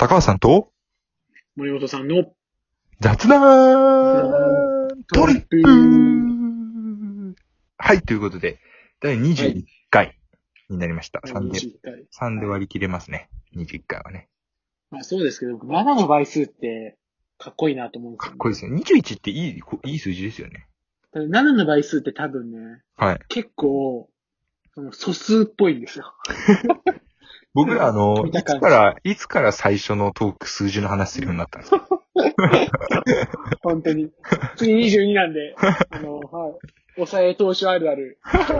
高橋さんと森本さんの雑談トリップはい、ということで、第21回になりました。3で、3で割り切れますね。21回はね。 まあそうですけど、7の倍数ってかっこいいなと思うんですよね。 かっこいいですよ。21っていい数字ですよね。 7の倍数って多分ね、 はい。 結構、素数っぽいんですよ。 僕ら見た感じ。 いつから最初のトーク数字の話するようになったんですか？ 本当に。次22なんで、抑え投手あるある。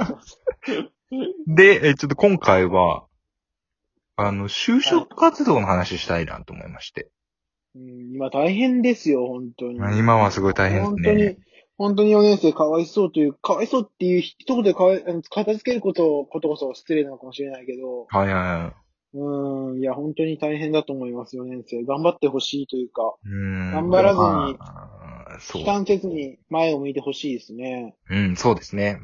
で、ちょっと今回は、就職活動の話したいなと思いまして。 今大変ですよ、本当に。 今はすごい大変ですね。 本当に4年生かわいそうっていう一言で片付けることこそ失礼なのかもしれないけど、 はいはいはい。 いや、本当に大変だと思います、4年生。頑張ってほしいというか、頑張まらずに、 あ、そう。 悲観せずに前を向いてほしいですね。 そうですね。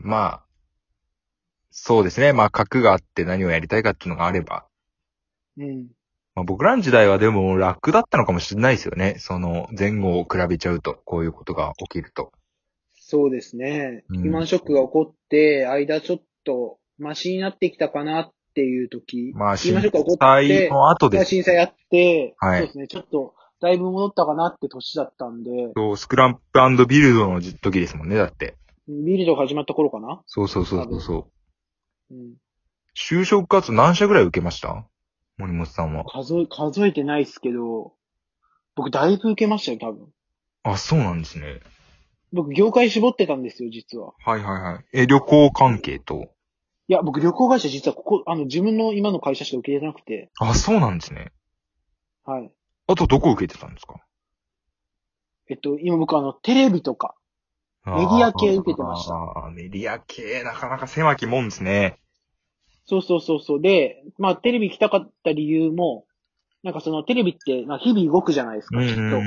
そうですね。核があって何をやりたいかっていうのがあれば。僕らの時代はでも楽だったのかもしれないですよね。その前後を比べちゃうと、こういうことが起きると。 そうですね。リーマンショックが起こって、間ちょっとマシになってきたかなっていう時、リーマンショックが起こって、 の後で震災やって、 はい。 そうですね。ちょっと、だいぶ戻ったかなって年だったんで。 そう、スクランプ&ビルドの時ですもんね、だって。 ビルドが始まった頃かな？ そう。 就職活動何社ぐらい受けました？森本さんは。 数えてないっすけど、僕だいぶ受けましたよ、多分。 あ、そうなんですね。 僕、業界絞ってたんですよ、実は。 はい。旅行関係と。 いや、僕、旅行会社実は自分の今の会社しか受けてなくて。 あ、そうなんですね。 はい。 あとどこ受けてたんですか？ 今僕テレビとか、メディア系受けてました。 メディア系、なかなか狭きもんですね。 そう。で、テレビ来たかった理由も、テレビって、日々動くじゃないですか、きっと。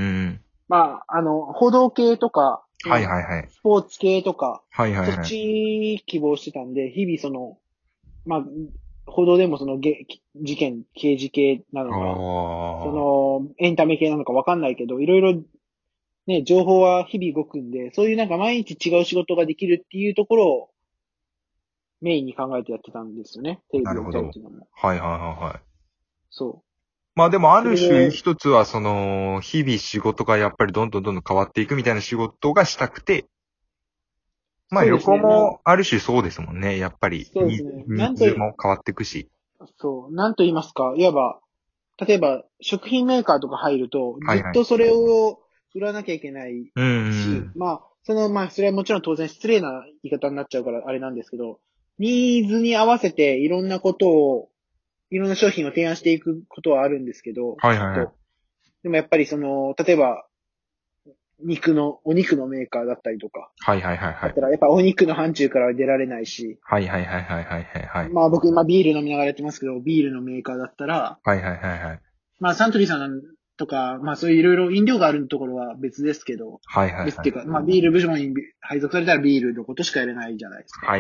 報道系とか、 はい。 スポーツ系とか、 はい。 そっち希望してたんで、日々報道でも事件、刑事系なのか、エンタメ系なのかわかんないけど、いろいろね、情報は日々動くんで、そういう毎日違う仕事ができるっていうところをメインに考えてやってたんですよね。テレビを見たりっていうのも。 はい。 そう。 でもある種一つは日々仕事がやっぱりどんどん変わっていくみたいな仕事がしたくて、旅行もある種そうですもんね。やっぱり、 そうですね。 ニーズも変わっていくし。 そう。なんと言いますか、いわば、例えば、食品メーカーとか入ると、ずっとそれを売らなきゃいけないし、それはもちろん当然失礼な言い方になっちゃうからあれなんですけど、ニーズに合わせていろんな商品を提案していくことはあるんですけど、でもやっぱり例えば、お肉のメーカーだったりとか。だったらやっぱお肉の範疇からは出られないし。僕今ビール飲みながらやってますけど、ビールのメーカーだったら。サントリーさんとか、そういういろいろ飲料があるところは別ですけど。別っていうか、ビール部門に配属されたらビールのことしかやれないじゃないですか。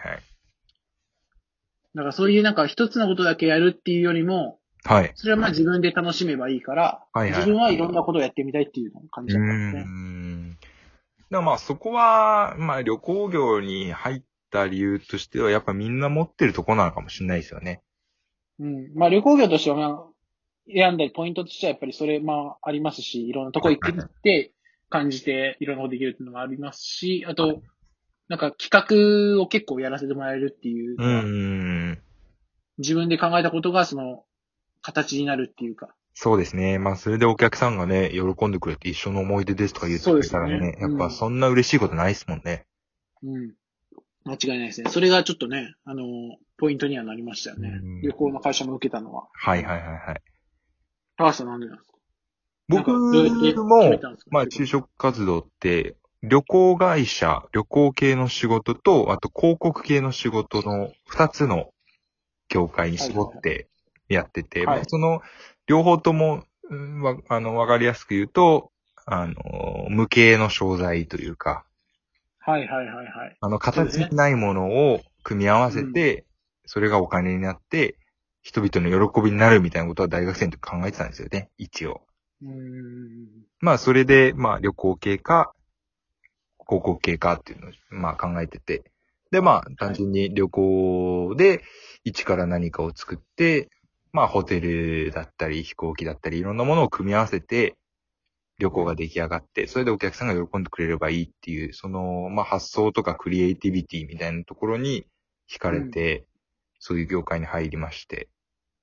だからそういう一つのことだけやるっていうよりも、それは自分で楽しめばいいから、自分はいろんなことをやってみたいっていう感じだったんですね。 だからそこは、旅行業に入った理由としては、やっぱみんな持ってるとこなのかもしれないですよね。 旅行業としては選んだりポイントとしてはやっぱりそれありますし、いろんなとこ行って感じていろんなことできるっていうのもありますし、あと、企画を結構やらせてもらえるっていうのは、自分で考えたことが形になるっていうか。 そうですね。それでお客さんがね、喜んでくれて一緒の思い出ですとか言ってくれたらね、やっぱそんな嬉しいことないですもんね。 間違いないですね。それがちょっとね、ポイントにはなりましたよね。旅行の会社も受けたのは。高橋さんなんでなんですか？ 僕も、就職活動って、旅行会社、旅行系の仕事と、あと広告系の仕事の2つの業界に絞ってやってて、両方とも、わかりやすく言うと、無形の商材というか、形にないものを組み合わせて、それがお金になって、 人々の喜びになるみたいなことは大学生の時考えてたんですよね、一応。まあ、それで、まあ、旅行系か、広告系かっていうのを、まあ、考えてて。で、まあ、単純に旅行で、一から何かを作って、まあ、ホテルだったり、飛行機だったり、いろんなものを組み合わせて、旅行が出来上がって、それでお客さんが喜んでくれればいいっていう、その、まあ、発想とかクリエイティビティみたいなところに惹かれて、そういう業界に入りまして。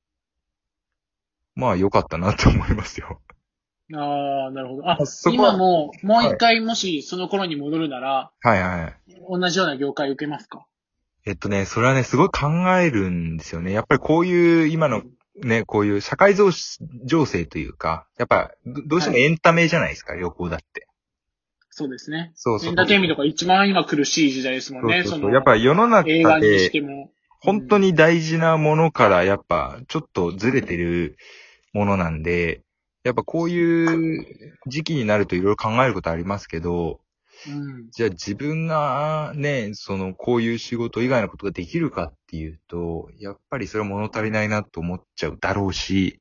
まあ、良かったなと思いますよ。 ああ、なるほど。あ、 そこは、 今も、もう一回もしその頃に戻るなら、 はいはい。 同じような業界受けますか？ それはね、すごい考えるんですよね。やっぱりこういう、今のね、こういう社会情勢というか、やっぱ、どうしてもエンタメじゃないですか、旅行だって。 そうですね。 そうそう。 エンターテインメントが一番今苦しい時代ですもんね。 そう。やっぱ世の中映画にしで、 ても。 本当に大事なものから、やっぱ、ちょっとずれてるものなんで、やっぱこういう時期になるといろいろ考えることありますけど、じゃあ自分がね、こういう仕事以外のことができるかっていうと、やっぱりそれは物足りないなと思っちゃうだろうし、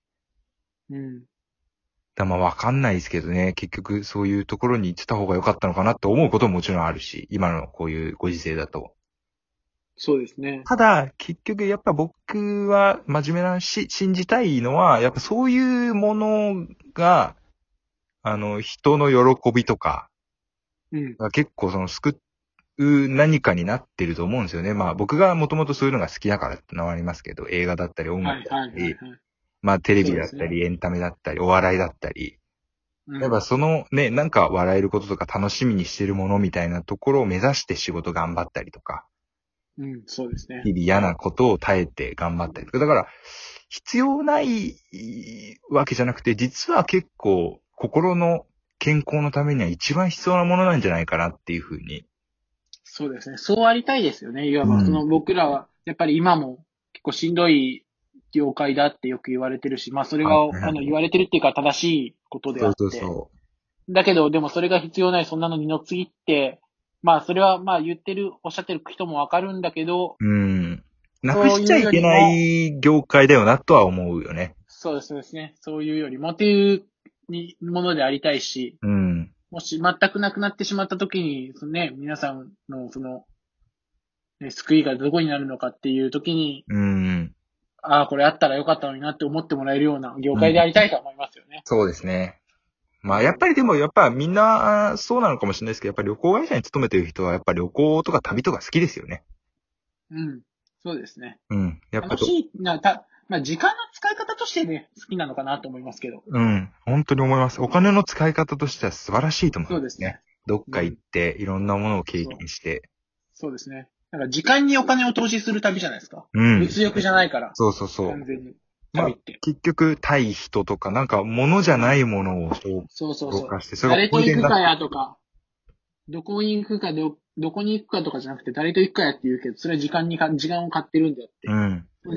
まあわかんないですけどね、結局そういうところに行ってた方が良かったのかなって思うことももちろんあるし、今のこういうご時世だと。 そうですね。 ただ、結局やっぱ僕は真面目な信じたいのは、やっぱそういうものが、人の喜びとか、結構救う何かになってると思うんですよね。まあ僕がもともとそういうのが好きだからってのはありますけど、映画だったり音楽だったり、まあテレビだったり、エンタメだったり、お笑いだったり、やっぱそのね、なんか笑えることとか楽しみにしてるものみたいなところを目指して仕事頑張ったりとか、 そうですね。 日々嫌なことを耐えて頑張ったりとか、だから必要ないわけじゃなくて、実は結構心の健康のためには一番必要なものなんじゃないかなっていうふうに。 そうですね。そうありたいですよね。いわば、僕らは、やっぱり今も結構しんどい業界だってよく言われてるし、まあそれが、言われてるっていうか正しいことであって。だけど、でもそれが必要ない、そんなの二の次って、まあそれはまあおっしゃってる人もわかるんだけど、 なくしちゃいけない業界だよなとは思うよね。 そうですね。そういうよりもっていうものでありたいし、もし全くなくなってしまった時に、皆さんの救いがどこになるのかっていう時に、ああ、これあったらよかったのになって思ってもらえるような業界でありたいと思いますよね。 そうですね。まあやっぱりでもみんなそうなのかもしれないですけど、やっぱり旅行会社に勤めてる人はやっぱり旅行とか旅とか好きですよね。 そうですね。 やっぱ楽しいまあ時間の使い方としてね、好きなのかなと思いますけど。 本当に思います。お金の使い方としては素晴らしいと思いますね。そうですね。どっか行っていろんなものを経験して。 そうですね。なんか時間にお金を投資する旅じゃないですか。物欲じゃないから。 そう。 完全に。 まあ、結局、対人とか、なんか、物じゃないものを動かして、 誰と行くかやとか、どこに行くかとかじゃなくて、誰と行くかやって言うけど、それは時間を買ってるんであって。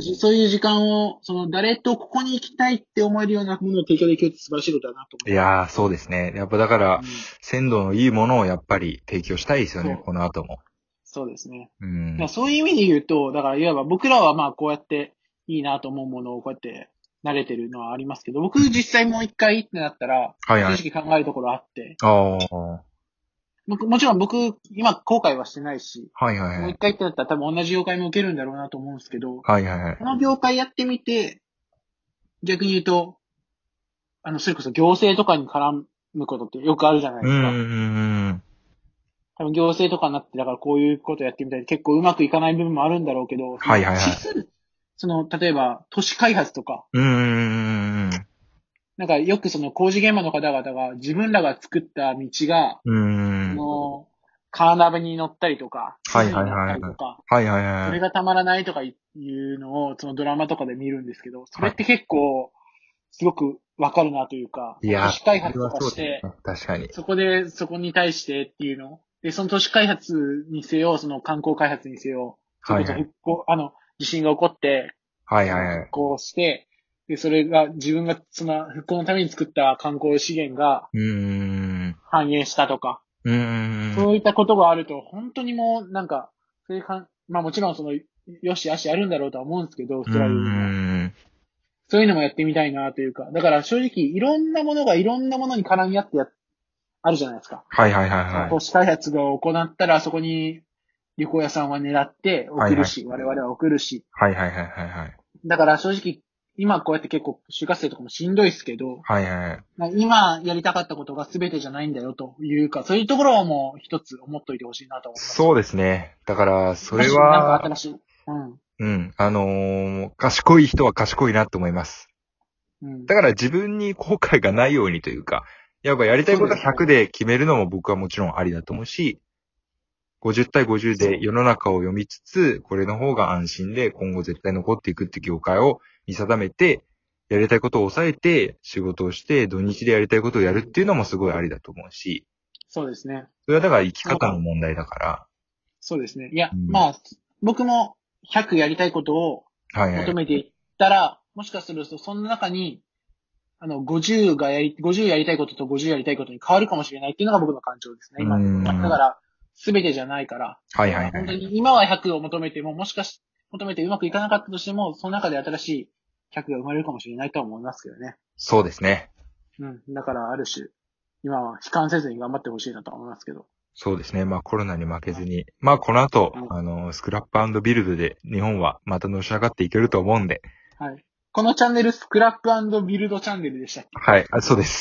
そういう時間を、誰とここに行きたいって思えるようなものを提供できるって素晴らしいことだなと思う。 いやー、そうですね。やっぱだから、鮮度のいいものをやっぱり提供したいですよね、この後も。 そうですね。そういう意味で言うと、だからいわば僕らはまあこうやっていいなと思うものをこうやって慣れてるのはありますけど、僕実際もう一回ってなったら、正直考えるところあって。もちろん僕、今後悔はしてないし、もう一回ってなったら多分同じ業界も受けるんだろうなと思うんですけど、この業界やってみて、逆に言うと、それこそ行政とかに絡むことってよくあるじゃないですか。多分行政とかになって、だからこういうことやってみたい結構うまくいかない部分もあるんだろうけど、例えば都市開発とか、なんかよく工事現場の方々が自分らが作った道が、カーナビに乗ったりとか、それがたまらないとかいうのを、ドラマとかで見るんですけど、それって結構、すごくわかるなというか、都市開発とかして、そこに対してっていうの。で、その都市開発にせよ、観光開発にせよ、地震が起こって、復興して、で、それが自分が復興のために作った観光資源が、反映したとか、そういったことがあると、本当にもう、なんか、まあもちろんよし、足あるんだろうとは思うんですけど、オーストラリアにも。そういうのもやってみたいなというか。だから正直、いろんなものがいろんなものに絡み合ってあるじゃないですか。 はいはいはいはい。 都市開発が行ったら、そこに旅行屋さんは狙って送るし、我々は送るし。 はいはいはいはいはい。 だから正直、今こうやって結構就活生とかもしんどいですけど、 はいはい。 今やりたかったことが全てじゃないんだよというか、そういうところはもう一つ思っといてほしいなと思います。 そうですね。だから、それは。なんは、 か新しい。 うん。賢い人は賢いなと思います。だから自分に後悔がないようにというか、やっぱやりたいこと100で決めるのも僕はもちろんありだと思うし、50対50で世の中を読みつつ、これの方が安心で今後絶対残っていくって業界を見定めて、やりたいことを抑えて仕事をして土日でやりたいことをやるっていうのもすごいありだと思うし。 そうですね。 それはだから生き方の問題だから。 そうですね。いや、まあ、僕も100やりたいことを求めていったら、もしかするとその中に、50やりたいことと50やりたいことに変わるかもしれないっていうのが僕の感情ですね、今。だから、すべてじゃないから。 はいはいはい。 本当に今は100を求めても、求めてうまくいかなかったとしても、その中で新しい100が生まれるかもしれないとは思いますけどね。 そうですね。 だからある種、今は悲観せずに頑張ってほしいなと思いますけど。 そうですね。まあコロナに負けずに。まあこの後、スクラップ&ビルドで日本はまたのし上がっていけると思うんで。 はい。このチャンネル、スクラップ&ビルドチャンネルでしたっけ？ はい。そうです。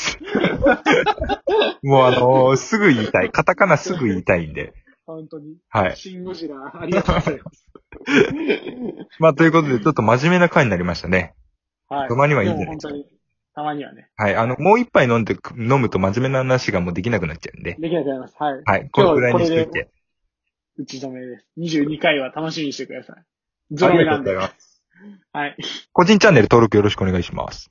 もうすぐ言いたい。カタカナすぐ言いたいんで。 本当に。 はい。 シンゴジラ、ありがとうございます。 まあということで、ちょっと真面目な回になりましたね。 はい。 たまにはいいじゃないですか。 本当に。たまにはね。 はい。もう一杯飲むと真面目な話がもうできなくなっちゃうんで。 できなくなります。はい。 はい。これぐらいにしといて。 打ち止めです。22回は楽しみにしてください。ゾロ目なんで。 ありがとうございます。 はい。 個人チャンネル登録よろしくお願いします。